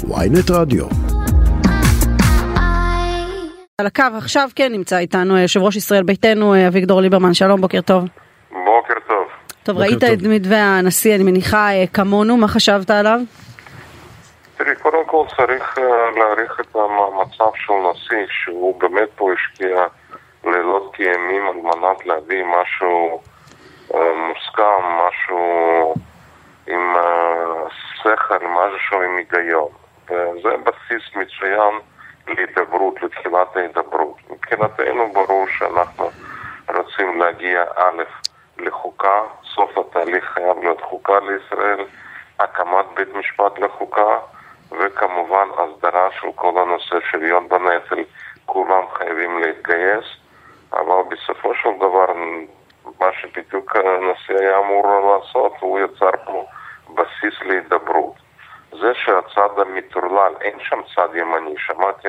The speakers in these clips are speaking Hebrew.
ynet רדיו. על הקו עכשיו כן נמצא איתנו יושב ראש ישראל ביתנו אביגדור ליברמן. שלום, בוקר טוב. בוקר טוב. טוב, ראית את מתווה הנשיא, אני מניחה כמונו, מה חשבת עליו? תראי, קודם כל צריך להעריך את המצב של נשיא, שהוא באמת פה השקיע לילות כימים על מנת להביא משהו מוסכם, משהו עם שכל, משהו עם היגיון. וזה בסיס מצוין להידברות, לתחילת ההידברות. מבחינתנו ברור שאנחנו רוצים להגיע א' לחוקה, סוף התהליך חייב להיות חוקה לישראל, הקמת בית משפט לחוקה, וכמובן הסדרה של כל הנושא שוויון בנטל. כולם חייבים להתגייס, אבל בסופו של דבר מה שבדיוק הנשיא היה אמור לעשות, הוא יצר פה בסיס להידברות. זה שהצד המטורלל, אין שם צד ימני, שמעתי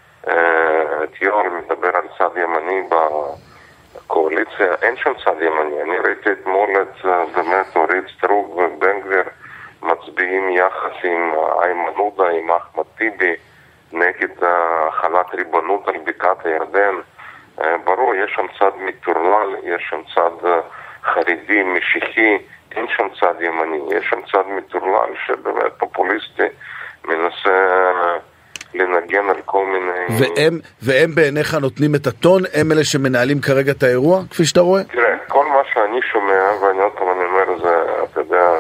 את יואל מדבר על צד ימני בקואליציה, אין שם צד ימני. אני ראיתי אתמול את באמת אורית סטרוק ובן גביר מצביעים יחד עם איימן עודה, עם אחמד טיבי, נגד החלת ריבונות על בקעת הירדן. ברור, יש שם צד מטורלל, יש שם צד חרדי, משיחי, אין שם צד ימני, יש שם צד מטורלל שבאמת פופוליסטי מנסה לנגן על כל מיני... והם בעיניך נותנים את הטון, הם אלה שמנהלים כרגע את האירוע, כפי שאתה רואה? תראה, כל מה שאני שומע, ואני עוד פעם אני אומר זה, אתה יודע,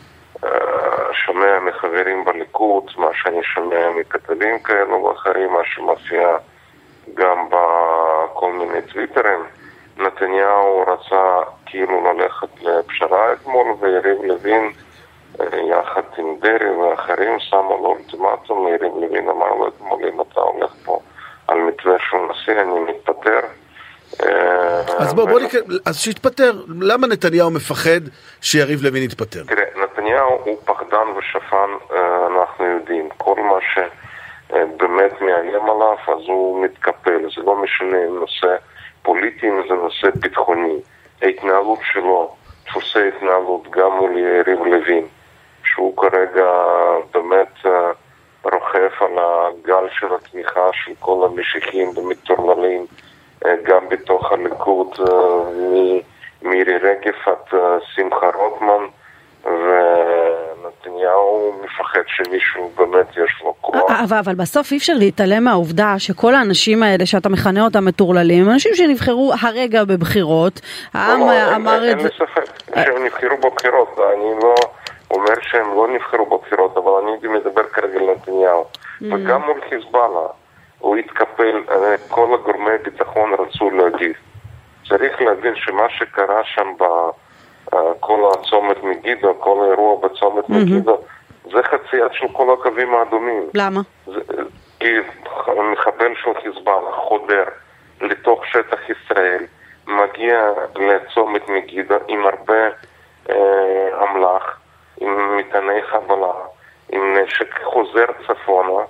שומע מחברים בליכוד, מה שאני שומע מכתבים כאלו ואחרים, מה שמופיע גם בכל מיני טוויטרים, נתניהו רצה כאילו ללכת לפשרה אתמול, ויריב לוין יחד עם דרי ואחרים שמו לו אולטימטום. יריב לוין אמר לו אתמול, אם אתה הולך פה על מתווה של נשיא, אני מתפטר. אז שיתפטר. למה נתניהו מפחד שיריב לוין יתפטר? תראה, נתניהו הוא פחדן ושפן, אנחנו יודעים. כל מה שבאמת מאיים עליו, אז הוא מתקפל. זה לא משנה נושא פוליטי, זה נושא ביטחוני. ההתנהלות שלו, דפוסי התנהלות גם מול יריב לוין, שהוא כרגע באמת רוכב על הגל של התמיכה של כל המשיחים ומטורללים, גם בתוך הליכוד, מירי רגב עד שמחה רוטמן, ונתניהו מפחד שמישהו באמת יש לו כוח. אבל בסוף אי אפשר להתעלם מהעובדה שכל האנשים האלה שאתה מכנה אותם מטורללים, אנשים שנבחרו הרגע בבחירות, העם אמר את זה. אין לי ספק שהם נבחרו בבחירות, אני לא אומר שהם לא נבחרו בבחירות, אבל אני מדבר כרגע על נתניהו. וגם מול חיזבאללה, הוא התקפל, כל הגורמי ביטחון רצו להגיב. צריך להבין שמה שקרה שם כל הצומת מגידו, כל האירוע בצומת מגידו, זה חצי עד של כל הקווים האדומים. למה? כי מחבל של חיזבאללה חודר לתוך שטח ישראל, מגיע לצומת מגידו עם הרבה אמל"ח, עם מטעני חבלה, עם נשק, חוזר צפונה,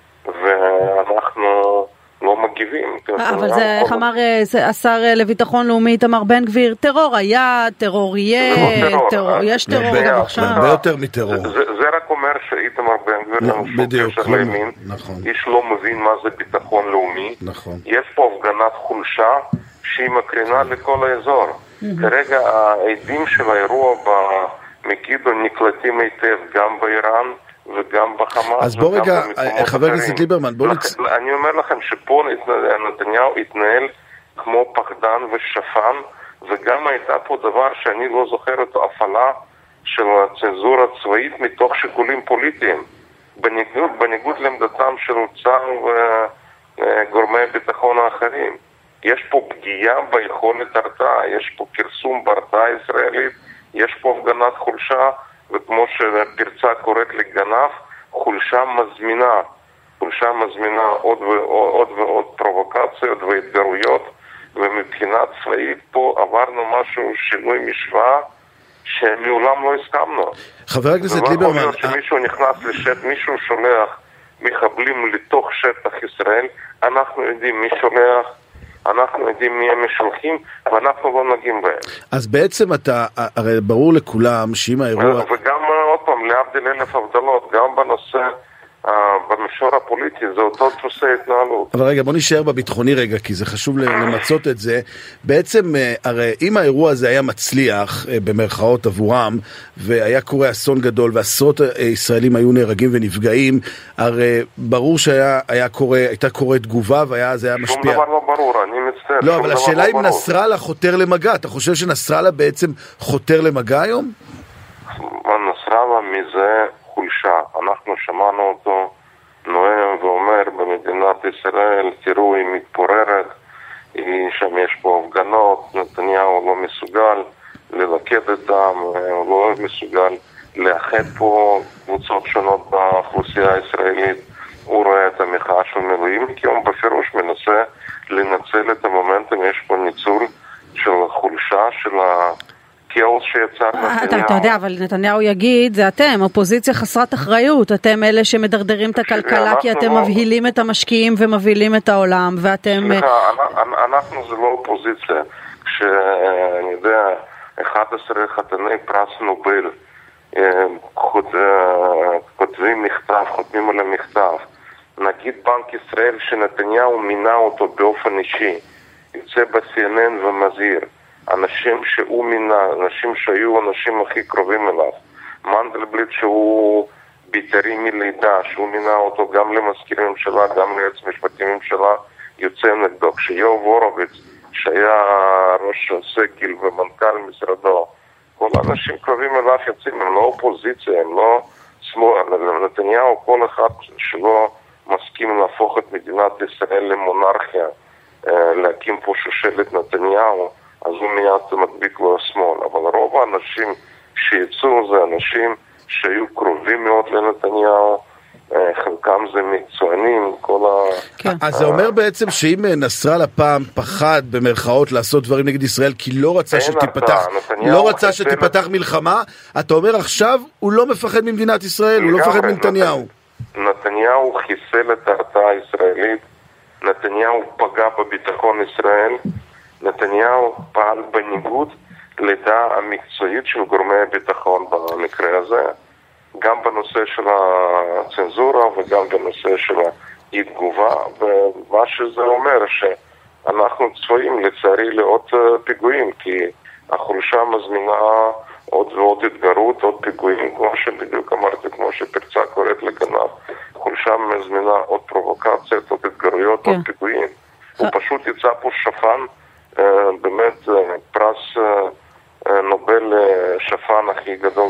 ואנחנו לא מגיבים. אבל זה, איך אמר השר לביטחון לאומי איתמר בן גביר, טרור היה, טרור יהיה, יש טרור גם עכשיו. הרבה יותר מטרור. זה רק אומר שאיתמר בן גביר בדיוק, לימין, איש לא מבין מה זה ביטחון לאומי. יש פה הפגנת חולשה שהיא מקרינה לכל האזור. כרגע העדים של האירוע במגידו נקלטים היטב גם באיראן וגם בחמאס. אז בוא רגע, חבר הכנסת ליברמן, אני אומר לכם שפה נתניהו התנהל כמו פחדן ושפן, וגם הייתה פה דבר שאני לא זוכר אותו, הפעלה של הצנזורה הצבאית מתוך שיקולים פוליטיים, בניגוד לעמדתם של צה"ל וגורמי הביטחון האחרים. יש פה פגיעה ביכולת הרתעה, יש פה פרסום בהרתעה הישראלית, יש פה הפגנת חולשה, וכמו שפרצה קוראת לגנב, חולשה מזמינה עוד ועוד פרובוקציות והתגרויות, ומבחינה צבאית פה עברנו משהו, שינוי משוואה, שמעולם לא הסכמנו. חבר הכנסת ליברמן... זה לא יכול להיות שמישהו נכנס לשטח, מישהו שולח מחבלים לתוך שטח ישראל, אנחנו יודעים מי שולח, אנחנו יודעים מי הם משלחים, ואנחנו לא נגעים בהם. אז בעצם אתה, הרי ברור לכולם שאם האירוע... וגם עוד פעם, להבדיל אלף הבדלות, גם בנושא במישור הפוליטי זה אותו דפוסי התנהלות. אבל רגע, בוא נשאר בביטחוני רגע, כי זה חשוב למצות את זה. בעצם, הרי אם האירוע הזה היה מצליח, במרכאות עבורם, והיה קורה אסון גדול, ועשרות ישראלים היו נהרגים ונפגעים, הרי ברור הייתה קורה תגובה, זה היה משפיע. שום דבר לא ברור, אני מצטער. לא, אבל השאלה אם נסראללה חותר למגע. אתה חושב שנסראללה בעצם חותר למגע היום? נסראללה מזה חולשה. אנחנו שמענו אותו נואם ואומר במדינת ישראל, תראו, היא מתפוררת, שם יש פה הפגנות, נתניהו לא מסוגל ללכד אותם, הוא לא מסוגל לאחד פה קבוצות שונות באוכלוסייה הישראלית. הוא רואה את המחאה של מילואים, כי הוא בפירוש מנסה לנצל את המומנטום. יש פה ניצול של חולשה, של הכאוס שיצר נתניהו. אתה יודע, אבל נתניהו יגיד, זה אתם, אופוזיציה חסרת אחריות, אתם אלה שמדרדרים את הכלכלה, כי אתם מבהילים את המשקיעים ומבהילים את העולם, ואתם... סליחה, אנחנו זה לא אופוזיציה. כשאני יודע, 11 חתני פרס נובל כותבים מכתב, חותמים על המכתב, נגיד בנק ישראל שנתניהו מינה אותו באופן אישי, יוצא ב-CNN ומזהיר, אנשים שהוא מינה, אנשים שהיו אנשים הכי קרובים אליו, מנדלבליט שהוא בית"רי מלידה, שהוא מינה אותו גם למזכיר הממשלה, גם ליועץ משפטי ממשלה, יוצא נגדו. כשיואב הורוביץ, שהיה ראש הסגל ומנכ"ל משרדו, כל האנשים קרובים אליו יוצאים, הם לא אופוזיציה, הם לא שמאל. נתניהו, כל אחד שלא מסכים להפוך את מדינת ישראל למונרכיה, להקים פה שושלת נתניהו, אז הוא מיד מדביק לו השמאל. אבל רוב האנשים שיצאו זה אנשים שהיו קרובים מאוד לנתניהו, חלקם זה מקצוענים, אז זה אומר בעצם שאם נסראללה פעם פחד במרכאות לעשות דברים נגד ישראל כי לא רצה שתיפתח מלחמה, אתה אומר עכשיו הוא לא מפחד ממדינת ישראל, הוא לא מפחד מנתניהו. נתניהו חיסל את ההרתעה הישראלית, נתניהו פגע בביטחון ישראל, נתניהו פעל בניגוד לדעה המקצועית של גורמי הביטחון במקרה הזה, גם בנושא של הצנזורה וגם בנושא של התגובה, ומה שזה אומר שאנחנו צפויים לצערי לעוד פיגועים, כי החולשה מזמינה עוד ועוד התגרות, עוד פיגועים, כמו שבדיוק אמרתי, כמו שפרצה קוראת לגנב, חולשה מזמינה עוד פרובוקציות, עוד התגרויות, עוד פיגועים. הוא פשוט יצא פה שפן, באמת פרס נובל שפן הכי גדול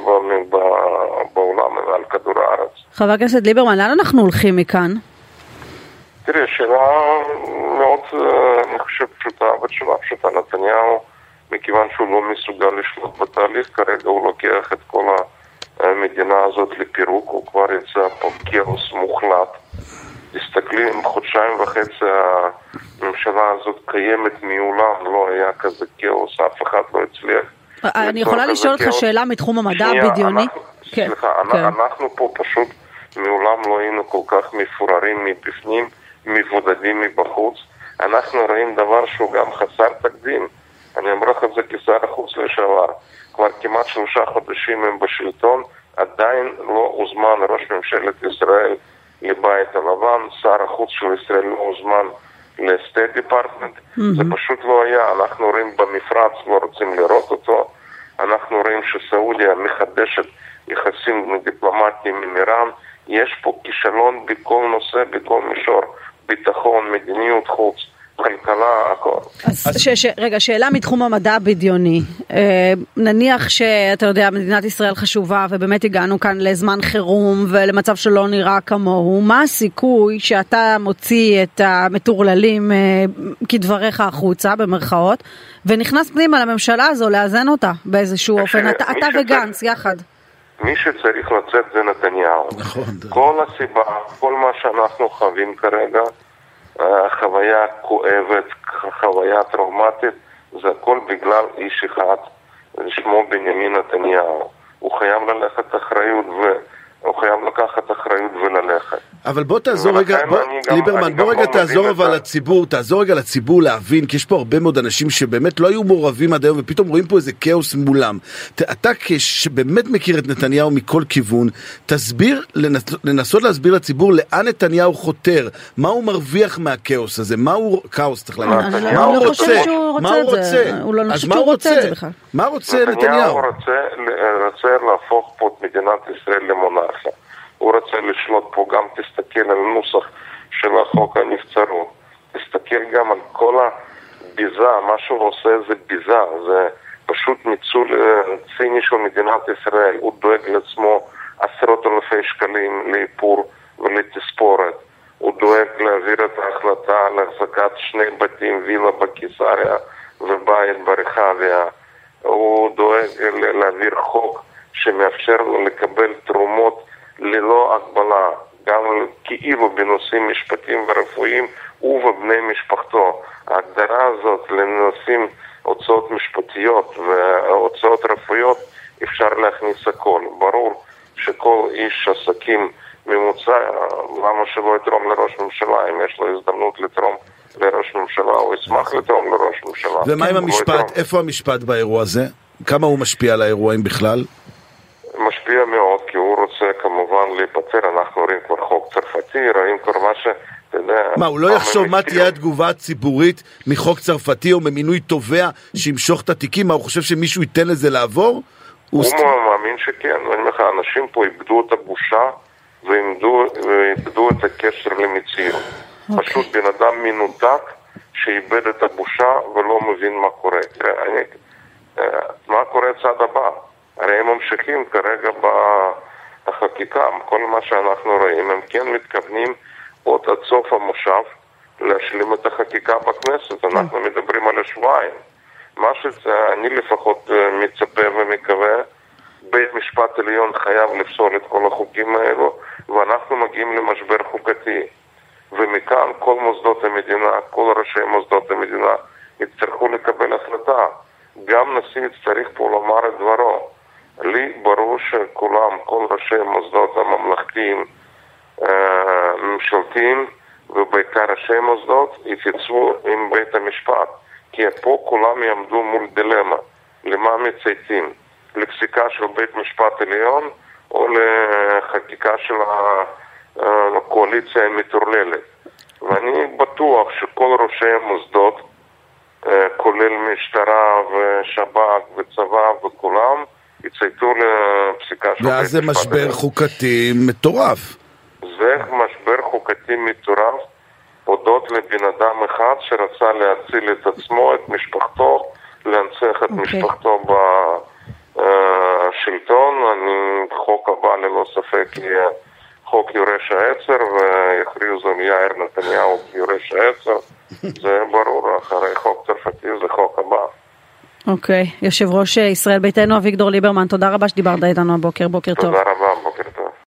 בעולם על כדור הארץ. חבר הכנסת ליברמן, לאן אנחנו הולכים מכאן? תראי, שאלה מאוד, אני חושב, פשוטה, בתשובה פשוטה. נתניהו, מכיוון שהוא לא מסוגל לשלוט בתהליך, כרגע הוא לוקח את כל המדינה הזאת לפירוק, הוא כבר יצא פה כאוס מוחלט. תסתכלי, חודשיים וחצי הממשלה הזאת קיימת מעולם, לא היה כזה כאוס, אף אחד לא הצליח. אני יכולה לשאול אותך שאלה מתחום המדע הבדיוני? סליחה, אנחנו פה פשוט מעולם לא היינו כל כך מפוררים מבפנים, מבודדים מבחוץ. אנחנו רואים דבר שהוא גם חסר תקדים. אני אומר לך את זה כשר החוץ לשעבר. כבר כמעט 3 חודשים הם בשלטון, עדיין לא הוזמן ראש ממשלת ישראל לבית הלבן, שר החוץ של ישראל לא הוזמן לסטייט דיפרטמנט. זה פשוט לא היה. אנחנו רואים במפרץ, לא רוצים לראות אותו. אנחנו רואים שסעודיה מחדשת יחסים דיפלומטיים עם איראן. יש פה כישלון בכל נושא, בכל מישור, ביטחון, מדיניות חוץ, כלכלה, הכל. רגע, שאלה מתחום המדע הבדיוני. נניח שאתה יודע, מדינת ישראל חשובה ובאמת הגענו כאן לזמן חירום ולמצב שלא נראה כמוהו. מה הסיכוי שאתה מוציא את המטורללים כדבריך החוצה במרכאות ונכנס פנימה לממשלה הזו לאזן אותה באיזשהו אופן? אתה וגנץ יחד. מי שצריך לצאת זה נתניהו. כל הסיבה, כל מה שאנחנו חווים כרגע, חוויה כואבת, חוויה טראומטית, זה הכל בגלל איש אחד, שמו בנימין נתניהו. הוא חייב ללכת אחריות, הוא חייב לקחת אחריות וללכת. אבל בוא תעזור רגע, ליברמן, בוא רגע תעזור אבל לציבור, תעזור רגע לציבור להבין, כי יש פה הרבה מאוד אנשים שבאמת לא היו מעורבים עד היום, ופתאום רואים פה איזה כאוס מולם. אתה שבאמת מכיר את נתניהו מכל כיוון, תסביר, לנסות להסביר לציבור לאן נתניהו חותר, מה הוא מרוויח מהכאוס הזה, מה הוא, כאוס צריך להגיד, מה הוא רוצה, מה הוא רוצה, אז מה הוא רוצה, מה רוצה נתניהו? רוצה להפוך פה את מדינת ישראל למונרכיה. הוא רוצה לשלוט פה, גם תסתכל על נוסח של החוק הנבצרות, תסתכל גם על כל הביזה, מה שהוא עושה זה ביזה, זה פשוט ניצול ציני של מדינת ישראל. הוא דואג לעצמו 10,000 שקלים לאיפור ולתספורת, הוא דואג להעביר את ההחלטה להחזקת 2 בתים, וילה בקיסריה ובית ברחביה, הוא דואג להעביר חוק שמאפשר לו לקבל תרומות ללא הגבלה, גם כאילו בנושאים משפטיים ורפואיים הוא ובני משפחתו. ההגדרה הזאת לנושאים הוצאות משפטיות והוצאות רפואיות אפשר להכניס הכל. ברור שכל איש עסקים ממוצע, למה שלא יתרום לראש ממשלה? אם יש לו הזדמנות לתרום לראש ממשלה, הוא ישמח לתרום לראש ממשלה. ומה עם המשפט? איפה המשפט באירוע הזה? כמה הוא משפיע על האירועים בכלל? משפיע מאוד, כי הוא רוצה כמובן להיפטר. אנחנו רואים כבר חוק צרפתי, רואים כבר מה ש... מה, הוא לא יחשוב מה תהיה התגובה הציבורית מחוק צרפתי או ממינוי תובע שימשוך את התיקים? מה, הוא חושב שמישהו ייתן לזה לעבור? הוא מאמין שכן. אנשים פה איבדו את הבושה ואיבדו את הקשר למציאות. פשוט בן אדם מנותק שאיבד את הבושה ולא מבין מה קורה. מה קורה צעד הבא? הרי הם ממשיכים כרגע בחקיקה, כל מה שאנחנו רואים, הם כן מתכוונים עוד עד סוף המושב להשלים את החקיקה בכנסת. אנחנו מדברים על השבועיים. מה שאני לפחות מצפה ומקווה, בית משפט עליון חייב לפסול את כל החוקים האלו, ואנחנו מגיעים למשבר חוקתי. ומכאן כל מוסדות המדינה, כל ראשי מוסדות המדינה יצטרכו לקבל החלטה. גם נשיא צריך פה לומר את דברו. לי ברור שכולם, כל ראשי המוסדות הממלכתיים, ממשלתיים, ובעיקר ראשי מוסדות, יתייצבו עם בית המשפט. כי פה כולם יעמדו מול דילמה. למה מצייתים? לפסיקה של בית משפט עליון, או לחקיקה של הקואליציה המטורללת. ואני בטוח שכל ראשי המוסדות, כולל משטרה ושב"כ וצבא וכולם, יצייתו לפסיקה של בית משפט. ואז זה משבר חוקתי מטורף. זה משבר חוקתי מטורף, הודות לבן אדם אחד שרצה להציל את עצמו, את משפחתו, להנצח את משפחתו בשלטון. חוק הבא ללא ספק יהיה חוק יורש העצר, ויכריזו יאיר נתניהו כיורש העצר. זה ברור, אחרי חוק צרפתי זה חוק הבא. אוקיי, יושב ראש ישראל ביתנו אביגדור ליברמן, תודה רבה שדיברת איתנו הבוקר, בוקר טוב. תודה רבה, בוקר טוב.